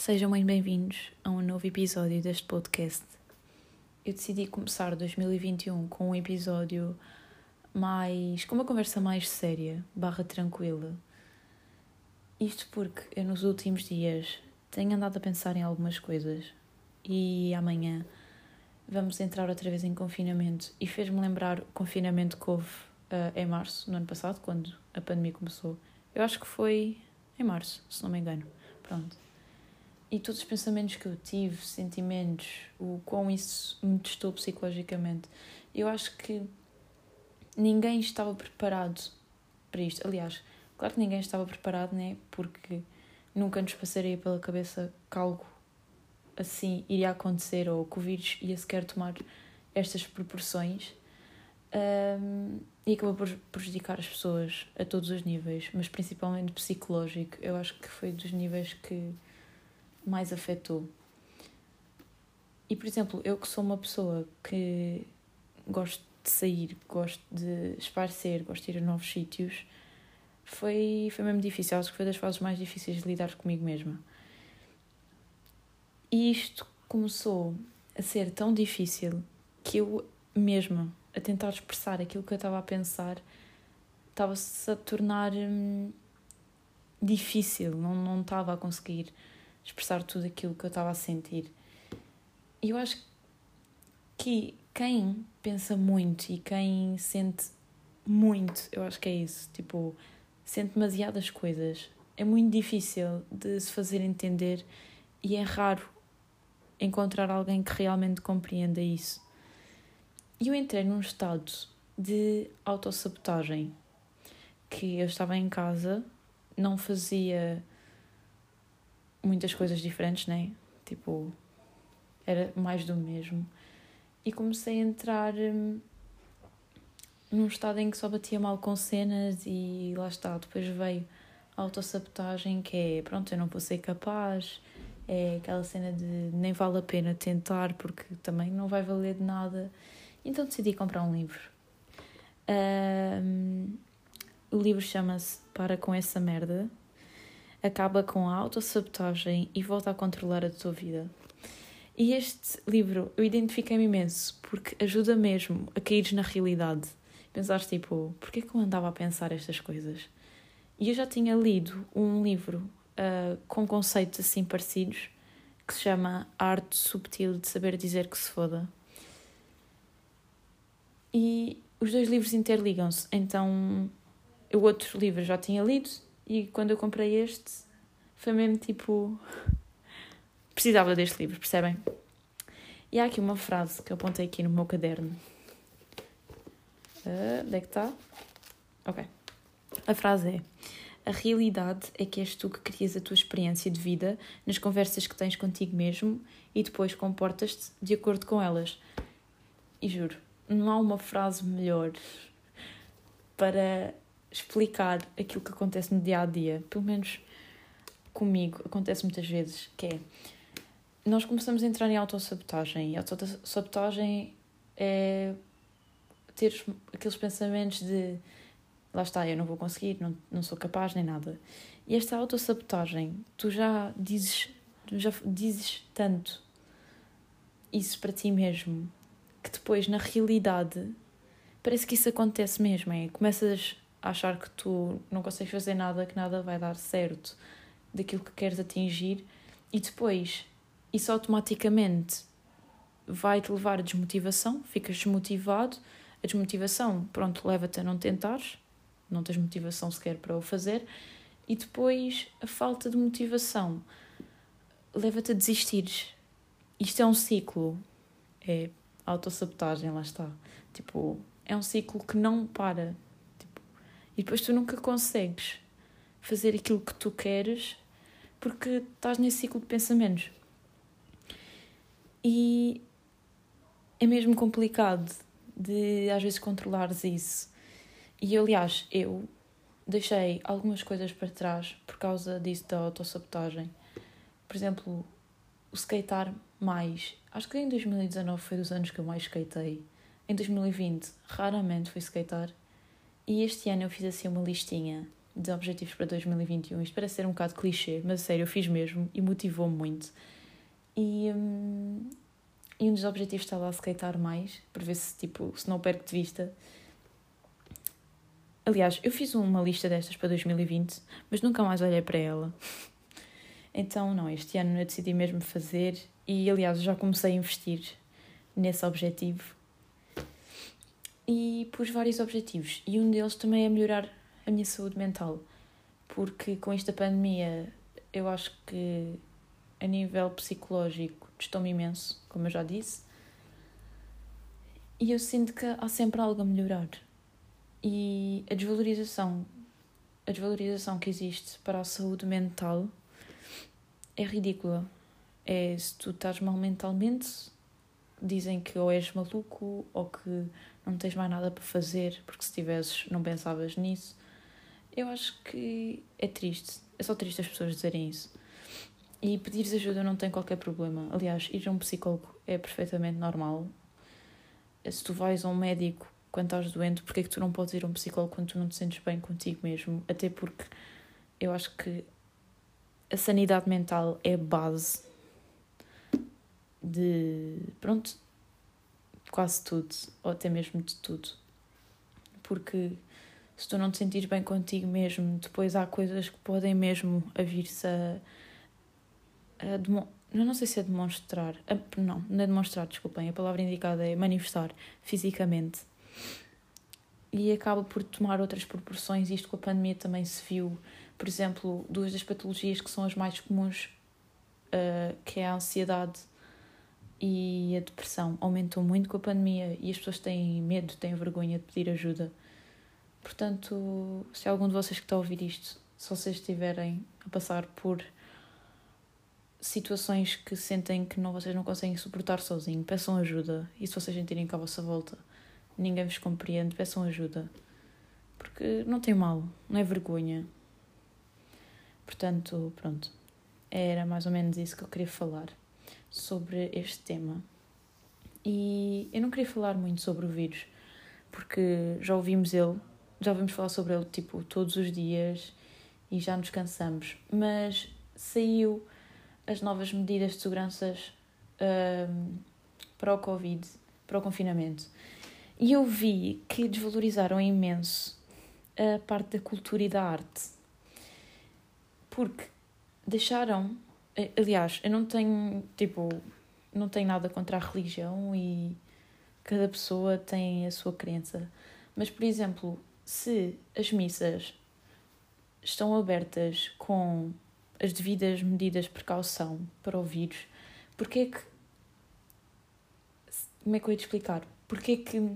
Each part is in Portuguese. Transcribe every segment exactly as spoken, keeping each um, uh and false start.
Sejam muito bem-vindos a um novo episódio deste podcast. Eu decidi começar dois mil e vinte e um com um episódio mais... com uma conversa mais séria, barra tranquila. Isto porque eu nos últimos dias tenho andado a pensar em algumas coisas e amanhã vamos entrar outra vez em confinamento e fez-me lembrar o confinamento que houve uh, em março, no ano passado, quando a pandemia começou. Eu acho que foi em março, se não me engano. Pronto. E todos os pensamentos que eu tive, sentimentos, o quão isso me testou psicologicamente. Eu acho que ninguém estava preparado para isto. Aliás, claro que ninguém estava preparado, né? Porque nunca nos passaria pela cabeça que algo assim iria acontecer ou que o vírus ia sequer tomar estas proporções. Um, e acabou por prejudicar as pessoas a todos os níveis, mas principalmente psicológico. Eu acho que foi dos níveis que mais afetou. E, por exemplo, eu que sou uma pessoa que gosto de sair, gosto de esparcer, gosto de ir a novos sítios, foi, foi mesmo difícil. Acho que foi das fases mais difíceis de lidar comigo mesma. E isto começou a ser tão difícil que eu mesma, a tentar expressar aquilo que eu estava a pensar, estava-se a tornar hum, difícil, não, não estava a conseguir expressar tudo aquilo que eu estava a sentir. E eu acho que quem pensa muito e quem sente muito, eu acho que é isso, tipo, sente demasiadas coisas, é muito difícil de se fazer entender e é raro encontrar alguém que realmente compreenda isso. E eu entrei num estado de autossabotagem, que eu estava em casa, não fazia muitas coisas diferentes, né? Tipo, era mais do mesmo. E comecei a entrar hum, num estado em que só batia mal com cenas e lá está. Depois veio a autossabotagem, que é, pronto, eu não vou ser capaz. É aquela cena de nem vale a pena tentar porque também não vai valer de nada. Então decidi comprar um livro. Um, o livro chama-se Para Com Essa Merda. Acaba com a autossabotagem e volta a controlar a tua vida. E este livro eu identifiquei-me imenso porque ajuda mesmo a cair na realidade. Pensares tipo, porquê que eu andava a pensar estas coisas? E eu já tinha lido um livro uh, com conceitos assim parecidos que se chama A Arte Subtil de Saber Dizer que se foda. E os dois livros interligam-se. Então, o outro livro já tinha lido e quando eu comprei este, foi mesmo tipo... precisava deste livro, percebem? E há aqui uma frase que eu apontei aqui no meu caderno. Uh, onde é que está? Ok. A frase é: a realidade é que és tu que crias a tua experiência de vida nas conversas que tens contigo mesmo e depois comportas-te de acordo com elas. E juro, não há uma frase melhor para explicar aquilo que acontece no dia-a-dia. Pelo menos comigo acontece muitas vezes, que é... nós começamos a entrar em autossabotagem. E a autossabotagem é ter aqueles pensamentos de lá está, eu não vou conseguir, não, não sou capaz nem nada. E esta autossabotagem, tu já dizes, tu já dizes tanto isso para ti mesmo que depois, na realidade, parece que isso acontece mesmo. É? Começas a achar que tu não consegues fazer nada, que nada vai dar certo daquilo que queres atingir e depois isso automaticamente vai-te levar a desmotivação, ficas desmotivado, a desmotivação, pronto, leva-te a não tentares, não tens motivação sequer para o fazer, e depois a falta de motivação leva-te a desistires. Isto é um ciclo, é autossabotagem, lá está. Tipo, é um ciclo que não para. Tipo, e depois tu nunca consegues fazer aquilo que tu queres porque estás nesse ciclo de pensamentos. E é mesmo complicado de, às vezes, controlares isso. E, aliás, eu deixei algumas coisas para trás por causa disso da autossabotagem. Por exemplo, o skatear mais. Acho que em dois mil e dezanove foi dos anos que eu mais skatei. Em dois mil e vinte, raramente fui skatear. E este ano eu fiz assim uma listinha de objetivos para dois mil e vinte e um. Isto parece ser um bocado clichê, mas sério, eu fiz mesmo e motivou-me muito. E, hum, e um dos objetivos está lá a skatear mais, para ver se, tipo, se não perco de vista. Aliás, eu fiz uma lista destas para dois mil e vinte, mas nunca mais olhei para ela. Então, não, este ano eu decidi mesmo fazer e, aliás, já comecei a investir nesse objetivo. E pus vários objetivos. E um deles também é melhorar a minha saúde mental. Porque com esta pandemia, eu acho que a nível psicológico estou-me imenso, como eu já disse. E eu sinto que há sempre algo a melhorar. E a desvalorização, a desvalorização que existe para a saúde mental é ridícula. É, se tu estás mal mentalmente, dizem que ou és maluco ou que não tens mais nada para fazer, porque se tivesses não pensavas nisso. Eu acho que é triste. É só triste as pessoas dizerem isso. E pedires ajuda não tem qualquer problema. Aliás, ir a um psicólogo é perfeitamente normal. Se tu vais a um médico quando estás doente, porque é que tu não podes ir a um psicólogo quando tu não te sentes bem contigo mesmo? Até porque eu acho que a sanidade mental é a base de, pronto, quase tudo, ou até mesmo de tudo. Porque se tu não te sentires bem contigo mesmo, depois há coisas que podem mesmo a vir-se a, a demo, eu não sei se é demonstrar, a, não, não é demonstrar, desculpem, a palavra indicada é manifestar fisicamente. E acaba por tomar outras proporções. Isto com a pandemia também se viu. Por exemplo, duas das patologias que são as mais comuns, uh, que é a ansiedade e a depressão, aumentou muito com a pandemia e as pessoas têm medo, têm vergonha de pedir ajuda. Portanto, se algum de vocês que está a ouvir isto, se vocês estiverem a passar por situações que sentem que não, vocês não conseguem suportar sozinho, peçam ajuda. E se vocês sentirem que à vossa volta ninguém vos compreende, peçam ajuda. Porque não tem mal, não é vergonha. Portanto, pronto. Era mais ou menos isso que eu queria falar sobre este tema. E eu não queria falar muito sobre o vírus, porque já ouvimos ele, já ouvimos falar sobre ele, tipo, todos os dias e já nos cansamos. Mas saiu as novas medidas de segurança um, para o Covid, para o confinamento. E eu vi que desvalorizaram imenso a parte da cultura e da arte. Porque deixaram... Aliás, eu não tenho, tipo, não tenho nada contra a religião e cada pessoa tem a sua crença. Mas, por exemplo, se as missas estão abertas com as devidas medidas de precaução para o vírus, porque é que... Como é que eu ia te explicar? Porque é que...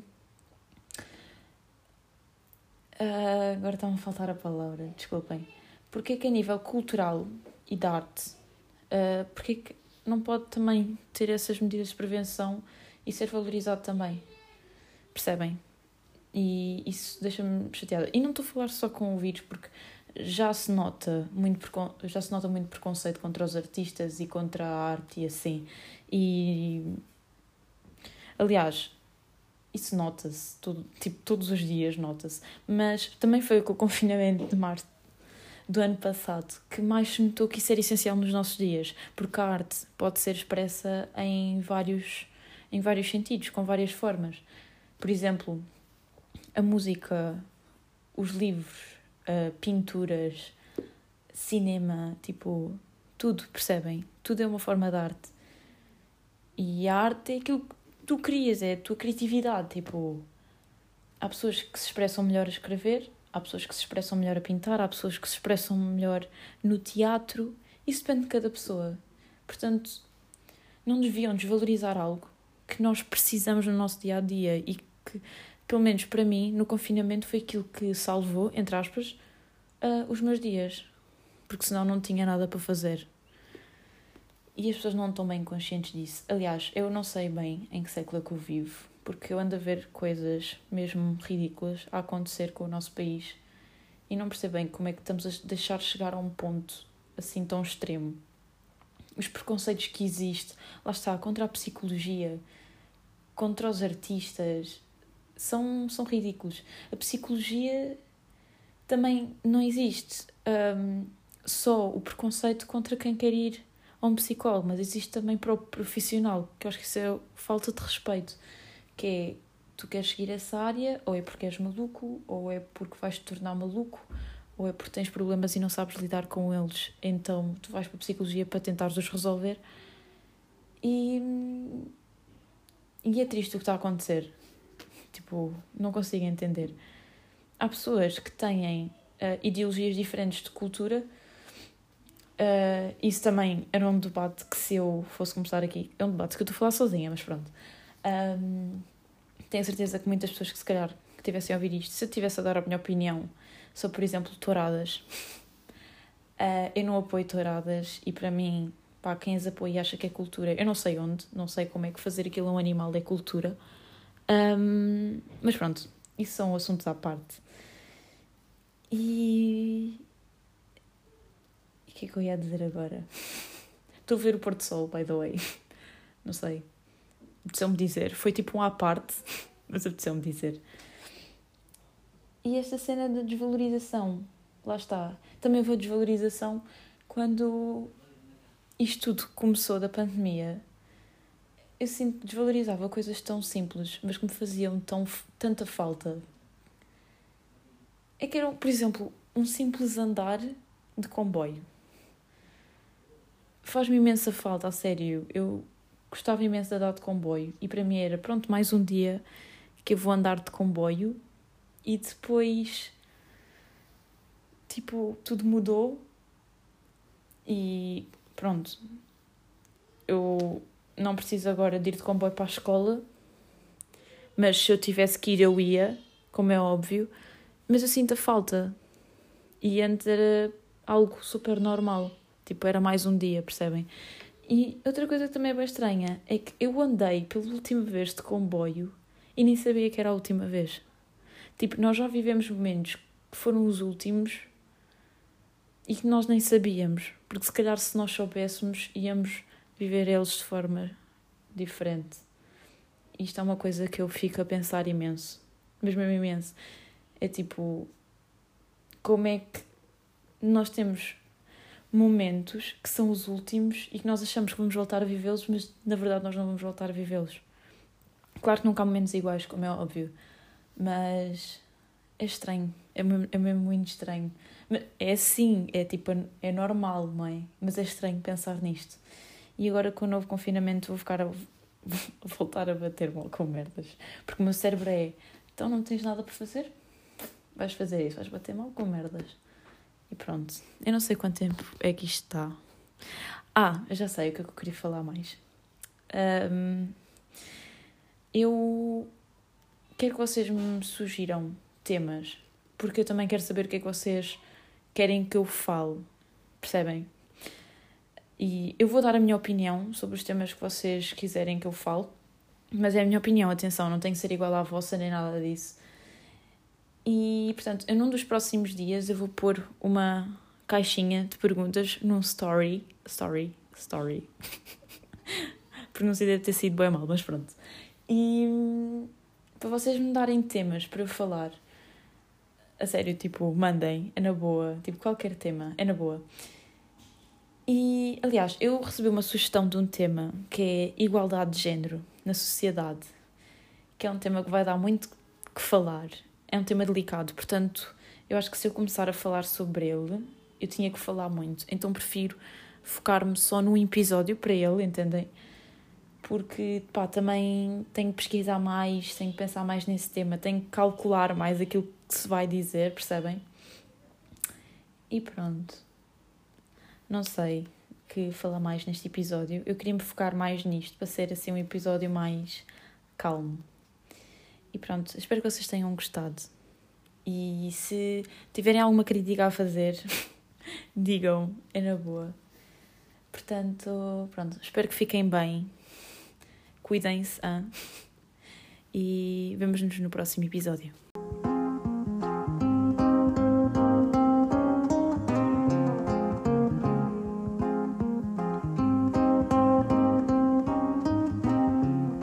Uh, agora está-me a faltar a palavra, desculpem. Porque é que a nível cultural e de arte, uh, porque é que não pode também ter essas medidas de prevenção e ser valorizado também? Percebem? E isso deixa-me chateada. E não estou a falar só com o vírus, porque já se nota muito, já se nota muito preconceito contra os artistas e contra a arte e assim. E, aliás, isso nota-se, todo, tipo, todos os dias nota-se. Mas também foi com o confinamento de março do ano passado que mais se notou que isso era essencial nos nossos dias, porque a arte pode ser expressa em vários, em vários sentidos, com várias formas. Por exemplo, a música, os livros, uh, pinturas, cinema, tipo, tudo, percebem? Tudo é uma forma de arte. E a arte é aquilo que tu crias, é a tua criatividade, tipo... Há pessoas que se expressam melhor a escrever, há pessoas que se expressam melhor a pintar, há pessoas que se expressam melhor no teatro. Isso depende de cada pessoa. Portanto, não deviam desvalorizar algo que nós precisamos no nosso dia-a-dia e que, pelo menos para mim, no confinamento foi aquilo que salvou, entre aspas, uh, os meus dias. Porque senão não tinha nada para fazer. E as pessoas não estão bem conscientes disso. Aliás, eu não sei bem em que século é que eu vivo, porque eu ando a ver coisas mesmo ridículas a acontecer com o nosso país e não percebo bem como é que estamos a deixar chegar a um ponto assim tão extremo. Os preconceitos que existem, lá está, contra a psicologia, contra os artistas, são, são ridículos. A psicologia também não existe um, só o preconceito contra quem quer ir a um psicólogo, mas existe também para o profissional, que eu acho que isso é falta de respeito, que é, tu queres seguir essa área, ou é porque és maluco, ou é porque vais te tornar maluco, ou é porque tens problemas e não sabes lidar com eles, então tu vais para a psicologia para tentares-os resolver. E, e é triste o que está a acontecer. Tipo, não consigo entender. Há pessoas que têm uh, ideologias diferentes de cultura. Uh, isso também era um debate que, se eu fosse começar aqui, é um debate que eu estou a falar sozinha, mas pronto. Um, tenho certeza que muitas pessoas que se calhar que tivessem a ouvir isto, se eu tivesse a dar a minha opinião sobre, por exemplo, touradas, uh, eu não apoio touradas e para mim, pá, quem as apoia e acha que é cultura, eu não sei onde, não sei como é que fazer aquilo a um animal é cultura. Um, mas pronto, isso são assuntos à parte. E... e o que é que eu ia dizer agora? Estou a ver o pôr do sol, by the way. Não sei. Apeteceu-me dizer. Foi tipo um à parte, mas apeteceu-me dizer. E esta cena da desvalorização, lá está. Também houve desvalorização quando isto tudo começou da pandemia. Eu sinto que desvalorizava coisas tão simples, mas que me faziam tão, tanta falta. É que era, por exemplo, um simples andar de comboio. Faz-me imensa falta, a sério. Eu gostava imenso de andar de comboio e para mim era, pronto, mais um dia que eu vou andar de comboio e depois, tipo, tudo mudou e pronto. Eu não preciso agora de ir de comboio para a escola, mas se eu tivesse que ir eu ia, como é óbvio, mas eu sinto a falta. E antes era algo super normal. Tipo, era mais um dia, percebem? E outra coisa que também é bem estranha é que eu andei pela última vez de comboio e nem sabia que era a última vez. Tipo, nós já vivemos momentos que foram os últimos e que nós nem sabíamos. Porque se calhar se nós soubéssemos, íamos viver eles de forma diferente. E isto é uma coisa que eu fico a pensar imenso. Mas mesmo imenso. É tipo, como é que nós temos momentos que são os últimos e que nós achamos que vamos voltar a vivê-los, mas na verdade nós não vamos voltar a vivê-los. Claro que nunca há momentos iguais, como é óbvio, mas é estranho, é mesmo, é mesmo muito estranho. É assim, é tipo, é normal, não é? Mas é estranho pensar nisto. E agora com o novo confinamento vou ficar a, vou voltar a bater mal com merdas, porque o meu cérebro é, então não tens nada para fazer? Vais fazer isso, vais bater mal com merdas. E pronto, eu não sei quanto tempo é que isto está. Ah, eu já sei o que é que eu queria falar mais. Um, eu quero que vocês me sugiram temas, porque eu também quero saber o que é que vocês querem que eu fale, percebem? E eu vou dar a minha opinião sobre os temas que vocês quiserem que eu fale, mas é a minha opinião, atenção, não tem que ser igual à vossa nem nada disso. E, portanto, eu num dos próximos dias eu vou pôr uma caixinha de perguntas num story. Story, story. Pronúncia deve ter sido bem mal, mas pronto. E para vocês me darem temas para eu falar. A sério, tipo, mandem, é na boa. Tipo, qualquer tema, é na boa. E, aliás, eu recebi uma sugestão de um tema que é igualdade de género na sociedade. Que é um tema que vai dar muito que falar. É um tema delicado, portanto, eu acho que se eu começar a falar sobre ele, eu tinha que falar muito. Então prefiro focar-me só num episódio para ele, entendem? Porque, pá, também tenho que pesquisar mais, tenho que pensar mais nesse tema, tenho que calcular mais aquilo que se vai dizer, percebem? E pronto. Não sei o que falar mais neste episódio. Eu queria me focar mais nisto, para ser assim um episódio mais calmo. E pronto, espero que vocês tenham gostado. E se tiverem alguma crítica a fazer, digam, é na boa. Portanto, pronto, espero que fiquem bem. Cuidem-se, hein? E vemo-nos no próximo episódio.